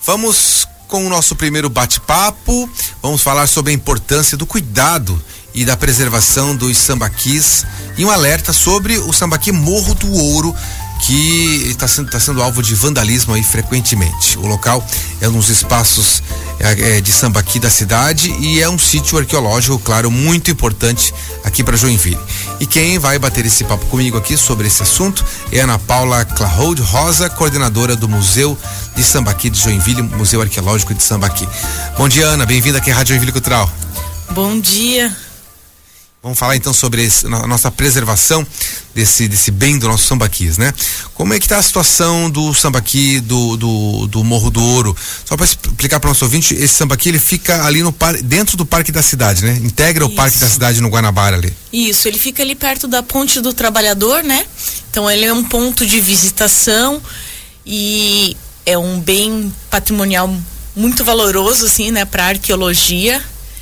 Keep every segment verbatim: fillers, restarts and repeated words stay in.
Vamos com o nosso primeiro bate-papo. Vamos falar sobre a importância do cuidado e da preservação dos sambaquis e um alerta sobre o sambaqui Morro do Ouro, que está sendo, tá sendo alvo de vandalismo aí frequentemente. O local é um dos espaços é, é, de sambaqui da cidade e é um sítio arqueológico, claro, muito importante aqui para Joinville. E quem vai bater esse papo comigo aqui sobre esse assunto é Ana Paula Claude Rosa, coordenadora do Museu de Sambaqui de Joinville, Museu Arqueológico de Sambaqui. Bom dia, Ana, bem-vinda aqui à Rádio Joinville Cultural. Bom dia. Vamos falar então sobre esse, a nossa preservação desse, desse bem do nosso sambaquis, né? Como é que está a situação do sambaqui do, do, do Morro do Ouro? Só para explicar para o nosso ouvinte, esse sambaqui ele fica ali no par, dentro do Parque da Cidade, né? Integra Isso. o Parque da Cidade no Guanabara ali. Isso, ele fica ali perto da Ponte do Trabalhador, né? Então ele é um ponto de visitação e é um bem patrimonial muito valoroso, assim, né? Para arqueologia.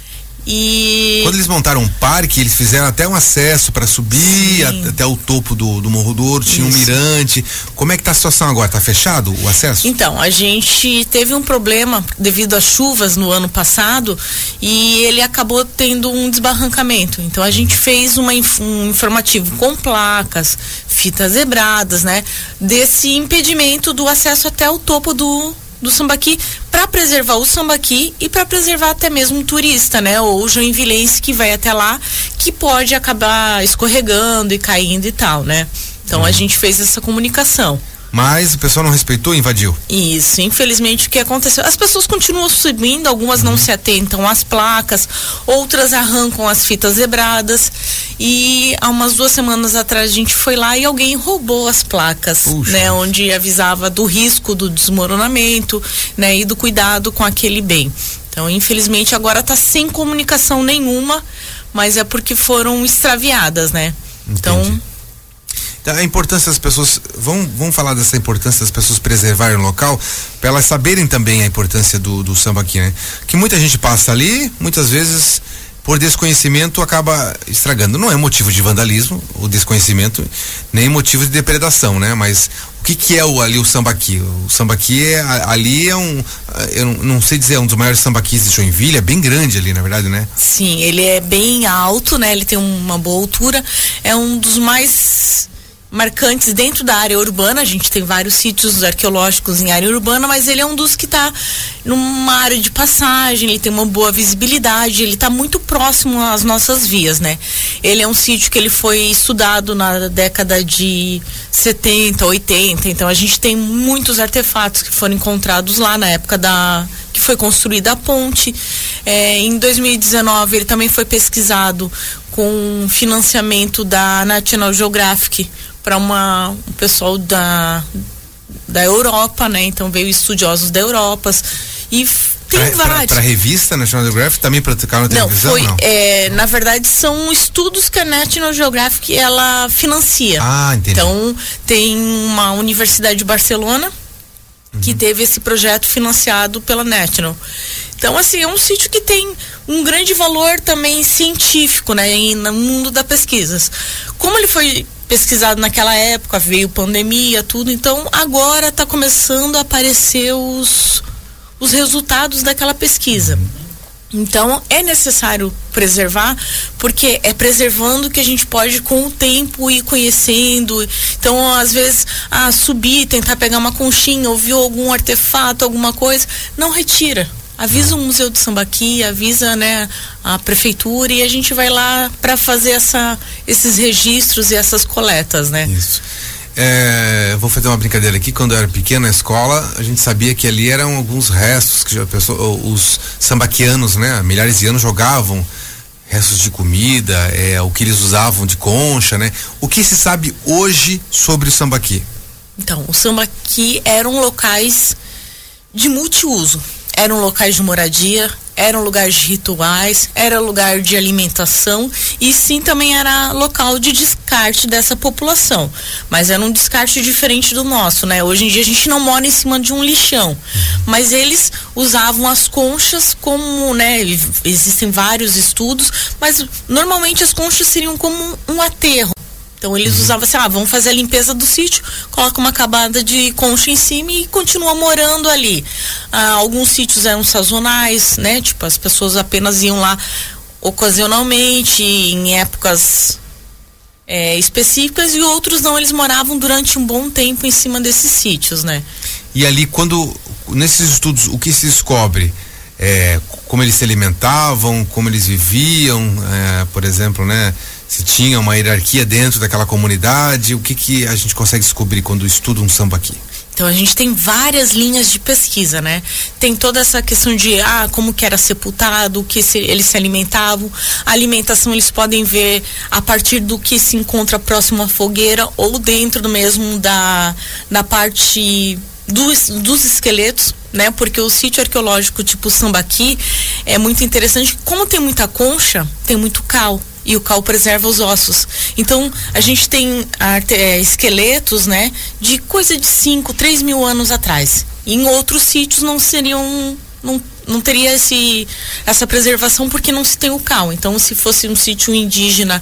E quando eles montaram um parque, eles fizeram até um acesso para subir a, até o topo do, do Morro do Ouro, tinha Isso. um mirante. Como é que tá a situação agora? Tá fechado o acesso? Então, a gente teve um problema devido às chuvas no ano passado e ele acabou tendo um desbarrancamento. Então a gente fez uma, um informativo com placas, fitas zebradas, né? Desse impedimento do acesso até o topo do do sambaqui, para preservar o sambaqui e para preservar até mesmo o turista, né? Ou o joinvilense que vai até lá, que pode acabar escorregando e caindo e tal, né? Então uhum. a gente fez essa comunicação. Mas o pessoal não respeitou e invadiu? Isso, infelizmente o que aconteceu, as pessoas continuam subindo, algumas uhum. não se atentam às placas, outras arrancam as fitas zebradas e há umas duas semanas atrás a gente foi lá e alguém roubou as placas, Puxa. né, onde avisava do risco do desmoronamento, né, e do cuidado com aquele bem. Então infelizmente agora está sem comunicação nenhuma, mas é porque foram extraviadas, né? Entendi. Então a importância das pessoas, vamos, vamos falar dessa importância das pessoas preservarem o local, para elas saberem também a importância do, do sambaqui, né? Que muita gente passa ali, muitas vezes por desconhecimento acaba estragando. Não é motivo de vandalismo, o desconhecimento, nem motivo de depredação, né? Mas o que que é o, ali o sambaqui? O sambaqui é, ali é um, eu não, não sei dizer, é um dos maiores sambaquis de Joinville, é bem grande ali, na verdade, né? Sim, ele é bem alto, né? Ele tem uma boa altura, é um dos mais marcantes dentro da área urbana. A gente tem vários sítios arqueológicos em área urbana, mas ele é um dos que está numa área de passagem, ele tem uma boa visibilidade, ele está muito próximo às nossas vias, né? Ele é um sítio que ele foi estudado na década de setenta, oitenta, então a gente tem muitos artefatos que foram encontrados lá na época da que foi construída a ponte. É, em dois mil e dezenove ele também foi pesquisado com financiamento da National Geographic para uma um pessoal da da Europa, né? Então veio estudiosos da Europa e tem pra, vários. Para a revista National Geographic também praticaram na televisão? Não, foi, não? É, na verdade são estudos que a National Geographic ela financia. Ah, entendi. Então tem uma universidade de Barcelona uhum. que teve esse projeto financiado pela National. Então, assim, é um sítio que tem um grande valor também científico, né, no mundo das pesquisas. Como ele foi pesquisado naquela época, veio pandemia, tudo, então agora está começando a aparecer os, os resultados daquela pesquisa. Então, é necessário preservar, porque é preservando que a gente pode, com o tempo, ir conhecendo. Então, às vezes, ah, subir, tentar pegar uma conchinha, ouvir algum artefato, alguma coisa, não retira. Avisa o Museu do Sambaqui, avisa, né, a prefeitura e a gente vai lá para fazer essa, esses registros e essas coletas, né? Isso. É, vou fazer uma brincadeira aqui. Quando eu era pequeno na escola, a gente sabia que ali eram alguns restos que a pessoa, os sambaquianos, né, há milhares de anos jogavam restos de comida, é, o que eles usavam de concha, né? O que se sabe hoje sobre o sambaqui? Então, o sambaqui eram locais de multiuso. Eram locais de moradia, eram lugares de rituais, era lugar de alimentação e sim também era local de descarte dessa população. Mas era um descarte diferente do nosso, né? Hoje em dia a gente não mora em cima de um lixão, mas eles usavam as conchas como, né? Existem vários estudos, mas normalmente as conchas seriam como um aterro. Então eles uhum. usavam assim, ah, vamos fazer a limpeza do sítio, coloca uma camada de concha em cima e continua morando ali. Ah, alguns sítios eram sazonais, né? Tipo, as pessoas apenas iam lá ocasionalmente, em épocas é, específicas, e outros não, eles moravam durante um bom tempo em cima desses sítios, né? E ali, quando, nesses estudos, o que se descobre? É, como eles se alimentavam, como eles viviam, é, por exemplo, né? Se tinha uma hierarquia dentro daquela comunidade, o que que a gente consegue descobrir quando estuda um sambaqui? Então a gente tem várias linhas de pesquisa, né? Tem toda essa questão de ah, como que era sepultado, o que se, eles se alimentavam. A alimentação eles podem ver a partir do que se encontra próximo à fogueira ou dentro do mesmo da, da parte dos, dos esqueletos, né? Porque o sítio arqueológico tipo Sambaqui é muito interessante. Como tem muita concha, tem muito cal. E o cal preserva os ossos. Então, a gente tem é, esqueletos, né? De coisa de cinco, três mil anos atrás. E em outros sítios não seriam... Não, não teria esse, essa preservação porque não se tem o cal. Então, se fosse um sítio indígena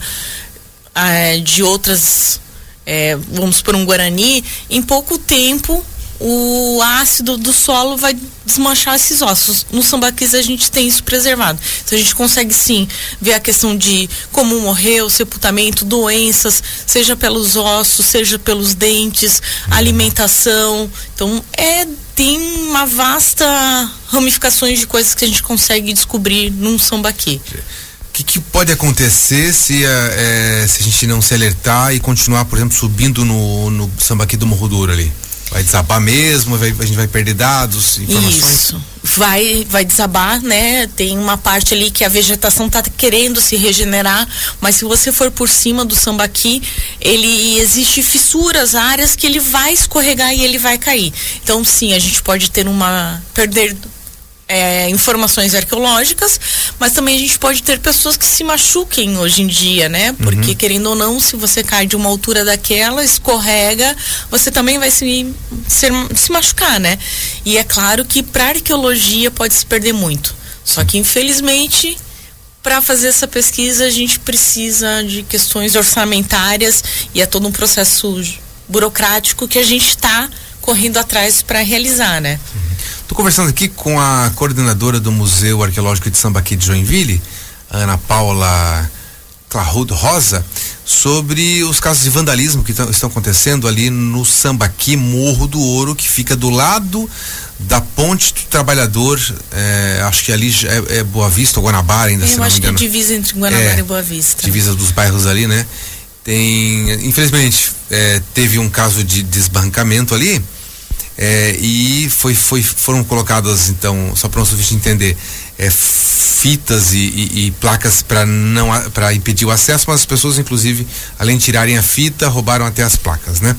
é, de outras... É, vamos por um Guarani, em pouco tempo... o ácido do solo vai desmanchar esses ossos. No sambaquis a gente tem isso preservado. Então a gente consegue sim ver a questão de como morreu, sepultamento, doenças, seja pelos ossos, seja pelos dentes, alimentação. Então é, tem uma vasta ramificações de coisas que a gente consegue descobrir num sambaqui. O que, que pode acontecer se, é, se a gente não se alertar e continuar, por exemplo, subindo no, no sambaqui do Morro Duro ali? Vai desabar mesmo? Vai, a gente vai perder dados, informações? Isso. Vai, vai desabar, né? Tem uma parte ali que a vegetação está querendo se regenerar, mas se você for por cima do sambaqui, ele existe fissuras, áreas que ele vai escorregar e ele vai cair. Então, sim, a gente pode ter uma... perder... É, informações arqueológicas, mas também a gente pode ter pessoas que se machuquem hoje em dia, né? Porque uhum. querendo ou não, se você cai de uma altura daquela, escorrega, você também vai se, se, se machucar, né? E é claro que para arqueologia pode se perder muito. Só que infelizmente, para fazer essa pesquisa a gente precisa de questões orçamentárias e é todo um processo burocrático que a gente está correndo atrás para realizar, né? Estou conversando aqui com a coordenadora do Museu Arqueológico de Sambaqui de Joinville, Ana Paula Clarrudo Rosa, sobre os casos de vandalismo que tão, estão acontecendo ali no Sambaqui Morro do Ouro, que fica do lado da Ponte do Trabalhador, é, acho que ali é, é Boa Vista ou Guanabara ainda, Eu se não me acho engano. que é divisa entre Guanabara é, e Boa Vista. Divisa dos bairros ali, né? Tem, infelizmente, é, teve um caso de desbarrancamento ali. É, e foi, foi, foram colocadas, então, só para o nosso ouvinte entender, é, fitas e, e, e placas para não para impedir o acesso, mas as pessoas, inclusive, além de tirarem a fita, roubaram até as placas, né?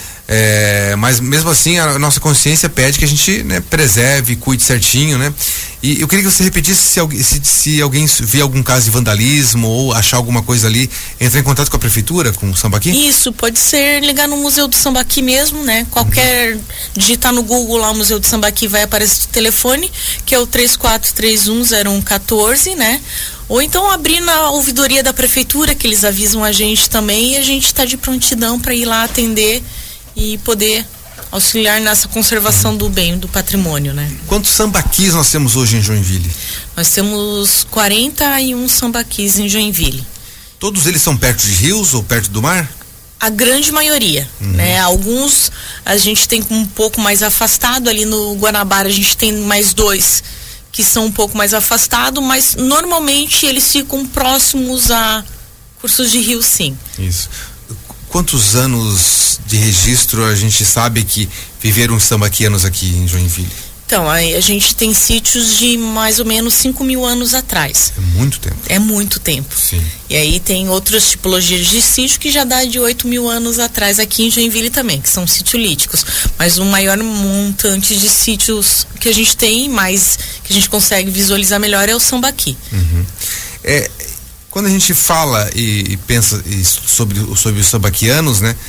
É, mas mesmo assim a nossa consciência pede que a gente, né, preserve, cuide certinho, né? E eu queria que você repetisse se, se, se alguém vê algum caso de vandalismo ou achar alguma coisa ali, entrar em contato com a prefeitura, com o Sambaqui? Isso, pode ser ligar no Museu do Sambaqui mesmo, né? Qualquer, uhum. digitar no Google lá o Museu do Sambaqui, vai aparecer o telefone, que é o três quatro três um zero um um quatro, né? Ou então abrir na ouvidoria da prefeitura, que eles avisam a gente também, e a gente está de prontidão para ir lá atender e poder auxiliar nessa conservação do bem, do patrimônio, né? Quantos sambaquis nós temos hoje em Joinville? Nós temos quarenta e um sambaquis em Joinville. Todos eles são perto de rios ou perto do mar? A grande maioria, uhum. né? Alguns a gente tem um pouco mais afastado, ali no Guanabara a gente tem mais dois que são um pouco mais afastados, mas normalmente eles ficam próximos a cursos de rio, sim. Isso. Quantos anos de registro a gente sabe que viveram os sambaquianos aqui em Joinville? Então, a, a gente tem sítios de mais ou menos cinco mil anos atrás. É muito tempo. É muito tempo. Sim. E aí tem outras tipologias de sítio que já dá de oito mil anos atrás aqui em Joinville também, que são sitiolíticos. Mas o maior montante de sítios que a gente tem, mais que a gente consegue visualizar melhor, é o Sambaqui. Uhum. É... Quando a gente fala e, e pensa e sobre, sobre os sambaquianos, né?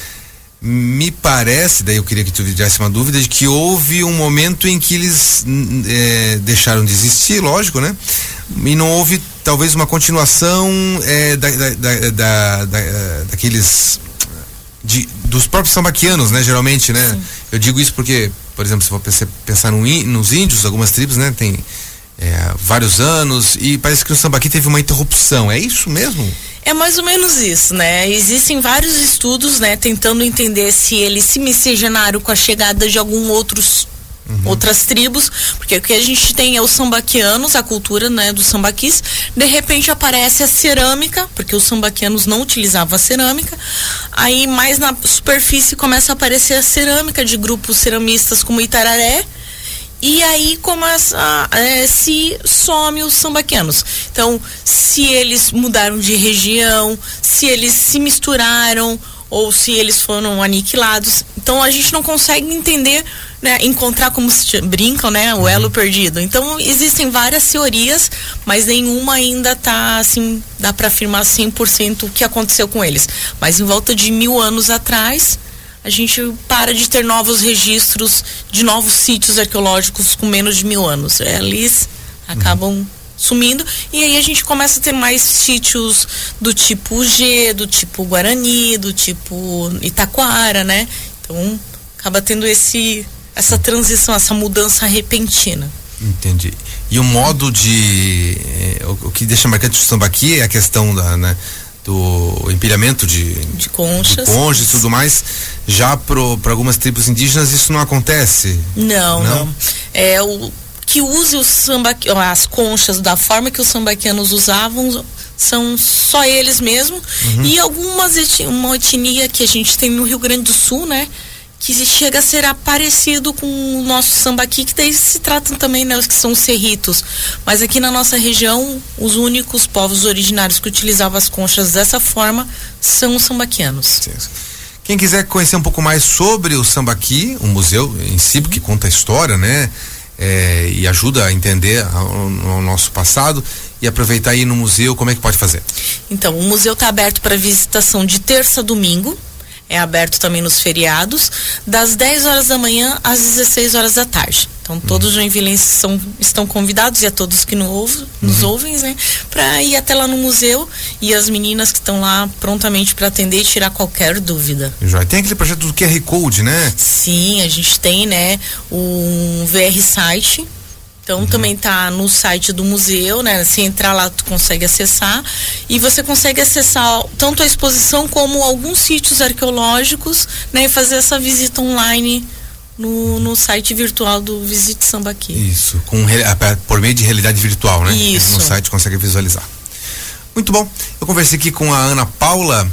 Me parece, daí eu queria que tu tivesse uma dúvida, de que houve um momento em que eles é, deixaram de existir, lógico, né? E não houve talvez uma continuação é, da, da, da, da, da, daqueles de, dos próprios sambaquianos, né? Geralmente, né? Sim. Eu digo isso porque, por exemplo, se você pensar no, nos índios, algumas tribos, né? Tem é, vários anos e parece que o sambaqui teve uma interrupção. É isso mesmo? É mais ou menos isso, né? Existem vários estudos, né? Tentando entender se eles se miscigenaram com a chegada de algum outros Uhum. outras tribos, porque o que a gente tem é os sambaquianos, a cultura, né, dos sambaquis. De repente aparece a cerâmica, porque os sambaquianos não utilizavam a cerâmica. Aí mais na superfície começa a aparecer a cerâmica de grupos ceramistas como Itararé. E aí começa a, é, se some os sambaquianos. Então, se eles mudaram de região, se eles se misturaram ou se eles foram aniquilados. Então a gente não consegue entender, né, encontrar, como se brincam, né, o elo uhum. perdido. Então existem várias teorias, mas nenhuma ainda tá assim, dá para afirmar cem por cento o que aconteceu com eles. Mas em volta de mil anos atrás, a gente para de ter novos registros de novos sítios arqueológicos com menos de mil anos. Eles acabam uhum. sumindo, e aí a gente começa a ter mais sítios do tipo G, do tipo Guarani, do tipo Itaquara, né? Então acaba tendo esse essa transição, essa mudança repentina. Entendi. E o modo de eh, o, o que deixa marcante o sambaqui é a questão da, né, do empilhamento de, de conchas, de conchas e tudo mais. Já para algumas tribos indígenas isso não acontece? Não, não. não. É o que use os sambaqui, as conchas da forma que os sambaquianos usavam são só eles mesmo, uhum. e algumas etnia, uma etnia que a gente tem no Rio Grande do Sul, né, que chega a ser parecido com o nosso sambaqui, que daí se tratam também, né, os que são os serritos, mas aqui na nossa região os únicos povos originários que utilizavam as conchas dessa forma são os sambaquianos. Sim. Quem quiser conhecer um pouco mais sobre o sambaqui, o museu em si, que conta a história, né, É, e ajuda a entender o, o nosso passado, e aproveitar aí no museu, como é que pode fazer? Então, o museu está aberto para visitação de terça a domingo, é aberto também nos feriados, das dez horas da manhã às dezesseis horas da tarde. Então, todos os joinvilenses são, estão convidados, e a todos que nos ouvem, nos uhum. ouvem, né, para ir até lá no museu, e as meninas que estão lá prontamente para atender e tirar qualquer dúvida. Já tem aquele projeto do Q R Code, né? Sim, a gente tem, né, um V R site. Então uhum. também tá no site do museu, né? Se entrar lá, tu consegue acessar, e você consegue acessar tanto a exposição como alguns sítios arqueológicos, né? E fazer essa visita online no, no site virtual do Visite Sambaqui. Isso, com, por meio de realidade virtual, né? Isso. No site consegue visualizar. Muito bom. Eu conversei aqui com a Ana Paula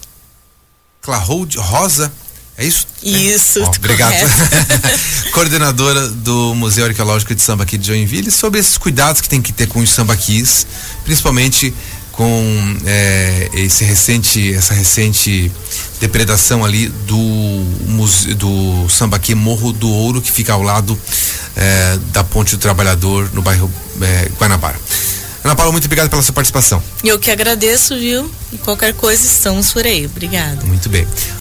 Clarode Rosa. É isso? Isso. É. Oh, obrigado. Coordenadora do Museu Arqueológico de Sambaqui de Joinville, sobre esses cuidados que tem que ter com os sambaquis, principalmente com é, esse recente, essa recente depredação ali do museu, do Sambaqui Morro do Ouro, que fica ao lado é, da Ponte do Trabalhador, no bairro é, Guanabara. Ana Paula, muito obrigado pela sua participação. Eu que agradeço, viu? E qualquer coisa, estamos por aí. Obrigada. Muito bem.